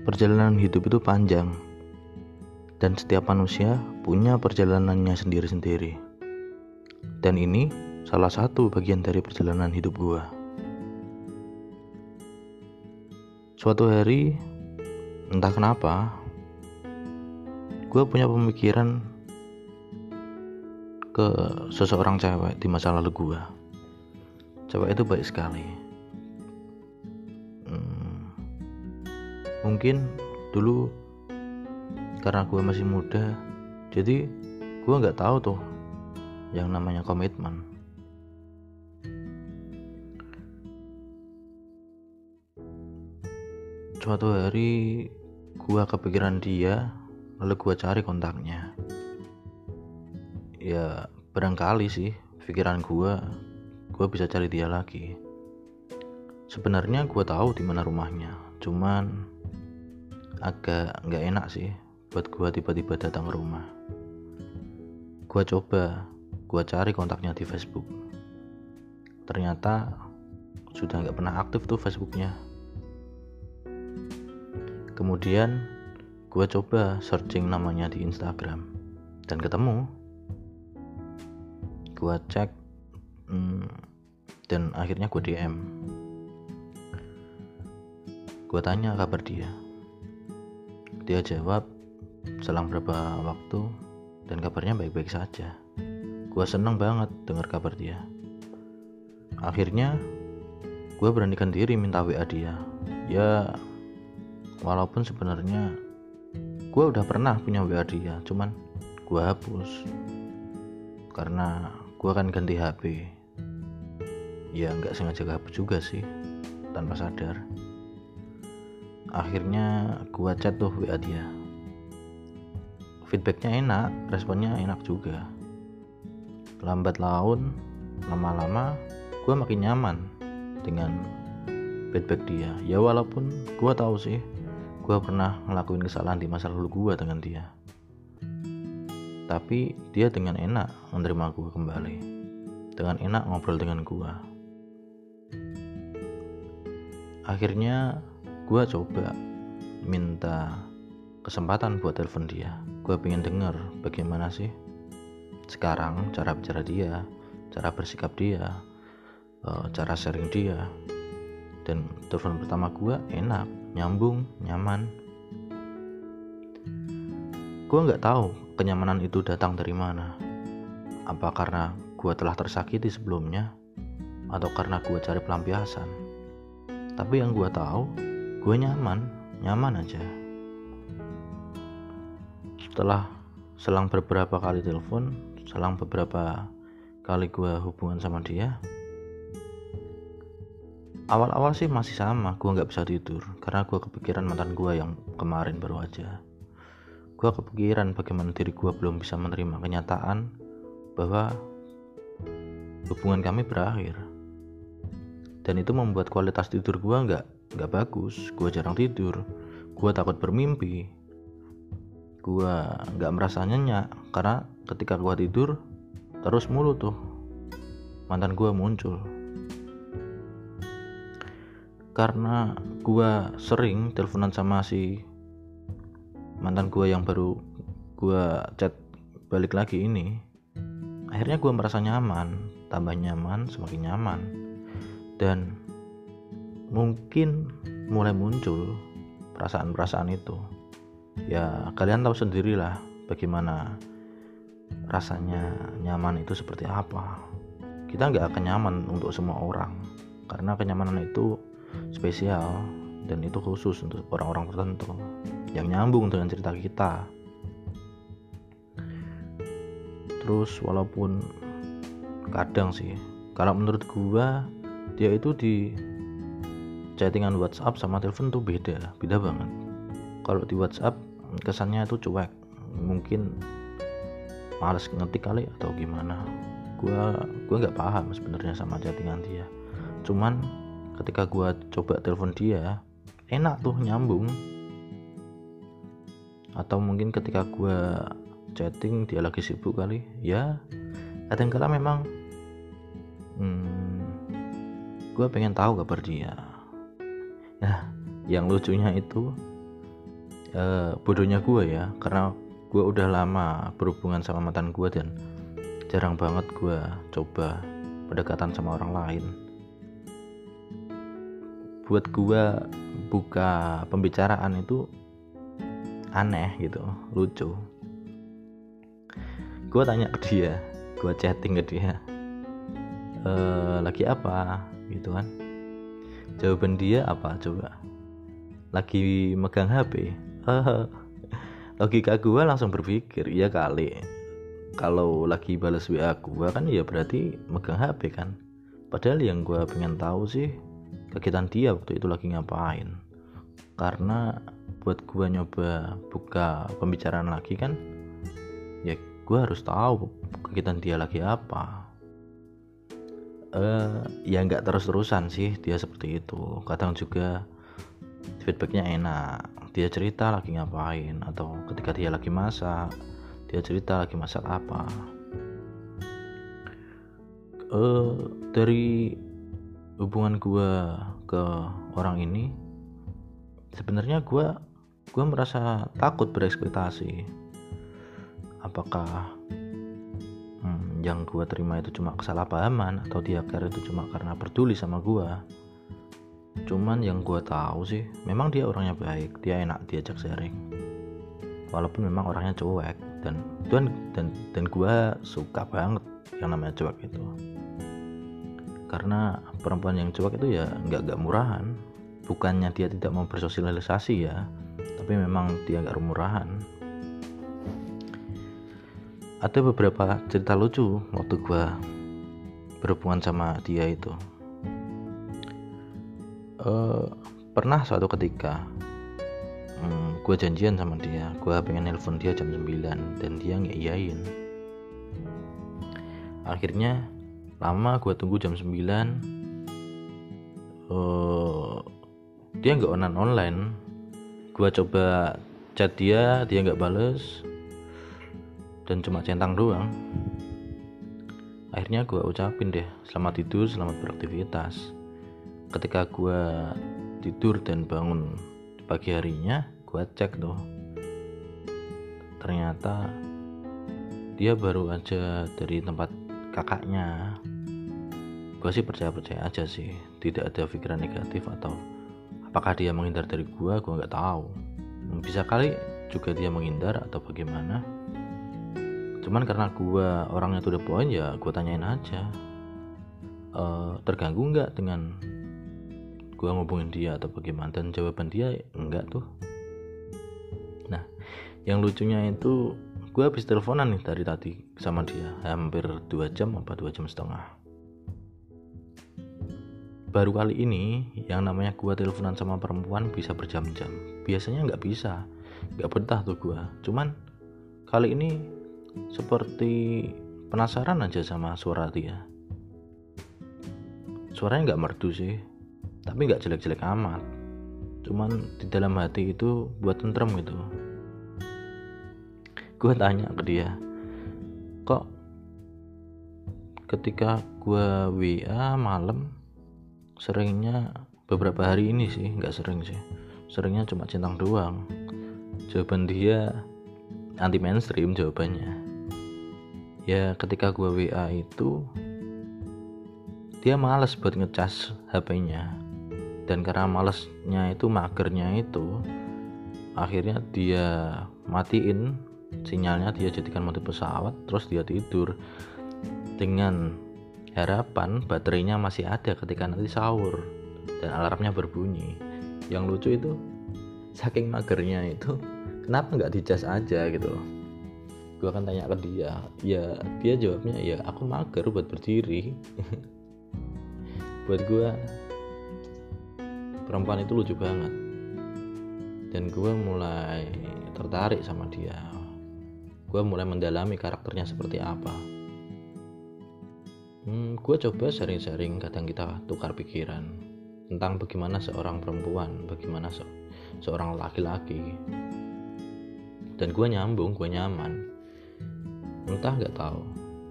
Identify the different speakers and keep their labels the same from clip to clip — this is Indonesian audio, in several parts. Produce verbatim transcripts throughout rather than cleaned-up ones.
Speaker 1: Perjalanan hidup itu panjang, dan setiap manusia punya perjalanannya sendiri-sendiri. Dan ini salah satu bagian dari perjalanan hidup gua. Suatu hari, entah kenapa, gua punya pemikiran ke seseorang cewek di masa lalu gua. Cewek itu baik sekali. Hmm, mungkin dulu karena gue masih muda, jadi gue nggak tahu tuh yang namanya komitmen. Suatu hari gue kepikiran dia, lalu gue cari kontaknya. Ya barangkali sih pikiran gue, gue bisa cari dia lagi. Sebenarnya gue tahu di mana rumahnya, cuman agak nggak enak sih buat gue tiba-tiba datang ke rumah. Gue coba, gue cari kontaknya di Facebook. Ternyata sudah nggak pernah aktif tuh Facebooknya. Kemudian gue coba searching namanya di Instagram dan ketemu. Gue cek hmm, dan akhirnya gue D M. Gue tanya kabar dia. Dia jawab selang beberapa waktu dan kabarnya baik-baik saja. Gue seneng banget dengar kabar dia. Akhirnya gue beranikan diri minta W A dia. Ya walaupun sebenarnya gue udah pernah punya W A dia, cuman gue hapus karena gue kan ganti H P. Ya nggak sengaja hapus juga sih, tanpa sadar. Akhirnya gue chat tuh W A dia. Feedbacknya enak, responnya enak juga. Lambat laun, lama-lama gue makin nyaman dengan feedback dia. Ya walaupun gue tahu sih, gue pernah ngelakuin kesalahan di masa lalu gue dengan dia. Tapi dia dengan enak menerima gue kembali, dengan enak ngobrol dengan gue. Akhirnya gue coba minta kesempatan buat telepon dia. Gue pengen denger bagaimana sih sekarang cara bicara dia, cara bersikap dia, cara sharing dia. Dan telepon pertama gue enak, nyambung, nyaman. Gue gak tahu kenyamanan itu datang dari mana. Apa karena gue telah tersakiti sebelumnya, atau karena gue cari pelampiasan. Tapi yang gue tahu, gue nyaman, nyaman aja. Setelah selang beberapa kali telepon, selang beberapa kali gue hubungan sama dia, awal-awal sih masih sama, gue gak bisa tidur karena gue kepikiran mantan gue yang kemarin baru aja. Gue kepikiran bagaimana diri gue belum bisa menerima kenyataan bahwa hubungan kami berakhir. Dan itu membuat kualitas tidur gue gak, gak bagus. Gue jarang tidur, gue takut bermimpi, gue gak merasa nyenyak karena ketika gue tidur terus mulu tuh mantan gue muncul. Karena gue sering teleponan sama si mantan gue yang baru gue chat balik lagi ini, akhirnya gue merasa nyaman, tambah nyaman, semakin nyaman. Dan mungkin mulai muncul perasaan-perasaan itu. Ya kalian tahu sendirilah bagaimana rasanya nyaman itu seperti apa. Kita gak akan nyaman untuk semua orang, karena kenyamanan itu spesial dan itu khusus untuk orang-orang tertentu yang nyambung dengan cerita kita. Terus walaupun kadang sih, kalau menurut gua dia itu di chattingan WhatsApp sama telepon tuh beda, beda banget. Kalau di WhatsApp kesannya itu cuek, mungkin males ngetik kali atau gimana. Gua gua nggak paham sebenarnya sama chattingan dia. Cuman ketika gua coba telepon dia, enak tuh, nyambung. Atau mungkin ketika gua chatting dia lagi sibuk kali, ya kadang-kala memang hmm, gue pengen tahu kabar dia. Nah, yang lucunya itu uh, bodohnya gue ya, karena gue udah lama berhubungan sama mantan gue dan jarang banget gue coba pendekatan sama orang lain. Buat gue buka pembicaraan itu aneh gitu, lucu. Gue tanya ke dia, gue chatting ke dia, e, lagi apa gitu kan. Jawaban dia apa coba? Lagi megang H P. Logika gue langsung berpikir, iya kali, kalau lagi balas W A gue kan ya berarti megang H P kan. Padahal yang gue pengen tahu sih kegiatan dia waktu itu lagi ngapain. Karena buat gue nyoba buka pembicaraan lagi kan, ya gue harus tahu kegiatan dia lagi apa. Uh, ya nggak terus-terusan sih dia seperti itu. Kadang juga feedbacknya enak, dia cerita lagi ngapain, atau ketika dia lagi masak, dia cerita lagi masak apa. Uh, dari hubungan gue ke orang ini, sebenarnya gue gue merasa takut berekspektasi. Apakah hmm, yang gue terima itu cuma kesalahpahaman, atau dia care itu cuma karena peduli sama gue. Cuman yang gue tahu sih, memang dia orangnya baik, dia enak diajak sharing. Walaupun memang orangnya cuek, dan dan dan, dan gue suka banget yang namanya cuek itu. Karena perempuan yang cuek itu ya nggak nggak murahan. Bukannya dia tidak mau bersosialisasi ya, tapi memang dia nggak murahan. Ada beberapa cerita lucu waktu gue berhubungan sama dia itu. Uh, pernah suatu ketika um, gue janjian sama dia, gue pengen nelpon dia jam sembilan dan dia ngeiyain. Akhirnya lama gue tunggu jam sembilan, uh, dia nggak online online. Gue coba chat dia, dia nggak bales dan cuma centang doang. Akhirnya gue ucapin deh, selamat tidur, selamat beraktivitas. Ketika gue tidur dan bangun di pagi harinya, gue cek tuh, ternyata dia baru aja dari tempat kakaknya. Gue sih percaya-percaya aja sih, tidak ada pikiran negatif atau apakah dia menghindar dari gue, gue nggak tahu. Bisa kali juga dia menghindar atau bagaimana. Cuman karena gue orangnya to the point, ya gue tanyain aja, e, terganggu nggak dengan gue ngubungin dia atau bagaimana, dan jawaban dia enggak tuh. Nah, yang lucunya itu gue habis teleponan nih dari tadi sama dia hampir dua jam apa dua jam setengah. Baru kali ini yang namanya gue teleponan sama perempuan bisa berjam-jam. Biasanya nggak bisa, nggak betah tuh gue. Cuman kali ini seperti penasaran aja sama suara dia. Suaranya nggak merdu sih, tapi nggak jelek-jelek amat. Cuman di dalam hati itu buat tentrem gitu. Gue tanya ke dia, kok ketika gue W A malam seringnya, beberapa hari ini sih nggak sering sih, seringnya cuma centang doang. Jawaban dia anti mainstream jawabannya. Ya ketika gue W A itu dia malas buat ngecas H P-nya, dan karena malesnya itu, magernya itu, akhirnya dia matiin sinyalnya, dia jadikan mode pesawat, terus dia tidur dengan harapan baterainya masih ada ketika nanti sahur dan alarmnya berbunyi. Yang lucu itu, saking magernya itu, kenapa nggak dicas aja gitu. Gue akan tanya ke dia, ya dia jawabnya, ya aku mager buat berdiri. Buat gue perempuan itu lucu banget, dan gue mulai tertarik sama dia. Gue mulai mendalami karakternya seperti apa. hmm, Gue coba sharing-sharing, kadang kita tukar pikiran tentang bagaimana seorang perempuan, bagaimana se- seorang laki-laki. Dan gue nyambung, gue nyaman. Entah gak tahu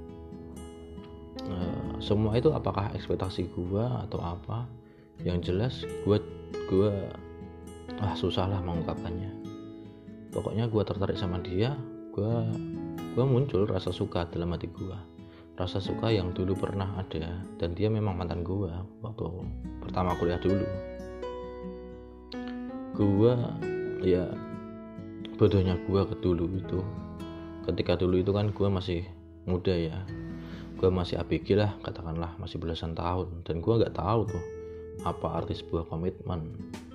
Speaker 1: uh, semua itu apakah ekspektasi gue atau apa. Yang jelas gue gue ah susah lah mengungkapkannya. pokoknya gue tertarik sama dia. gue gue muncul rasa suka dalam hati gue, rasa suka yang dulu pernah ada, dan dia memang mantan gue waktu pertama kuliah dulu. Gue ya bodohnya gue ke dulu itu, ketika dulu itu kan gue masih muda ya, gue masih A B G lah katakanlah, masih belasan tahun, dan gue nggak tahu tuh apa arti sebuah komitmen.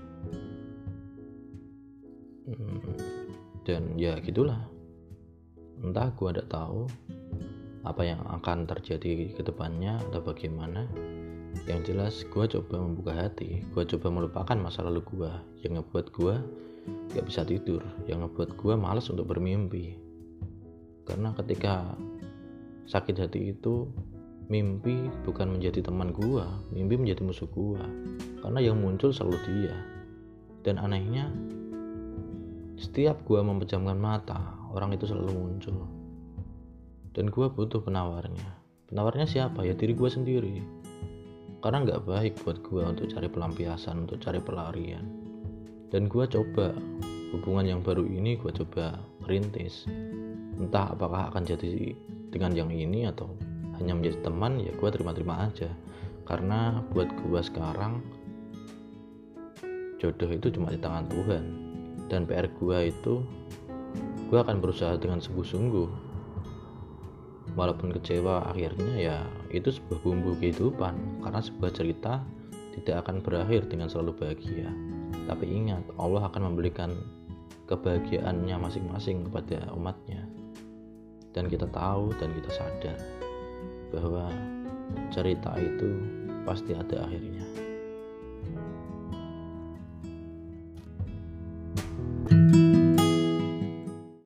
Speaker 1: hmm, dan ya gitulah, entah gue nggak tahu apa yang akan terjadi ke depannya atau bagaimana. Yang jelas gue coba membuka hati, gue coba melupakan masa lalu gue yang ngebuat gue gak bisa tidur, yang ngebuat gue malas untuk bermimpi. Karena ketika sakit hati itu, mimpi bukan menjadi teman gue, mimpi menjadi musuh gue, karena yang muncul selalu dia. Dan anehnya, setiap gue memejamkan mata, orang itu selalu muncul. Dan gue butuh penawarnya. Penawarnya siapa? Ya diri gue sendiri. Karena gak baik buat gue untuk cari pelampiasan, untuk cari pelarian. Dan gue coba, hubungan yang baru ini gue coba merintis. Entah apakah akan jadi dengan yang ini atau hanya menjadi teman, ya gue terima-terima aja. Karena buat gue sekarang, jodoh itu cuma di tangan Tuhan. Dan P R gue itu, gue akan berusaha dengan sungguh-sungguh. Walaupun kecewa akhirnya, ya itu sebuah bumbu kehidupan. Karena sebuah cerita tidak akan berakhir dengan selalu bahagia. Tapi ingat, Allah akan memberikan kebahagiaannya masing-masing kepada umatnya. Dan kita tahu dan kita sadar bahwa cerita itu pasti ada akhirnya.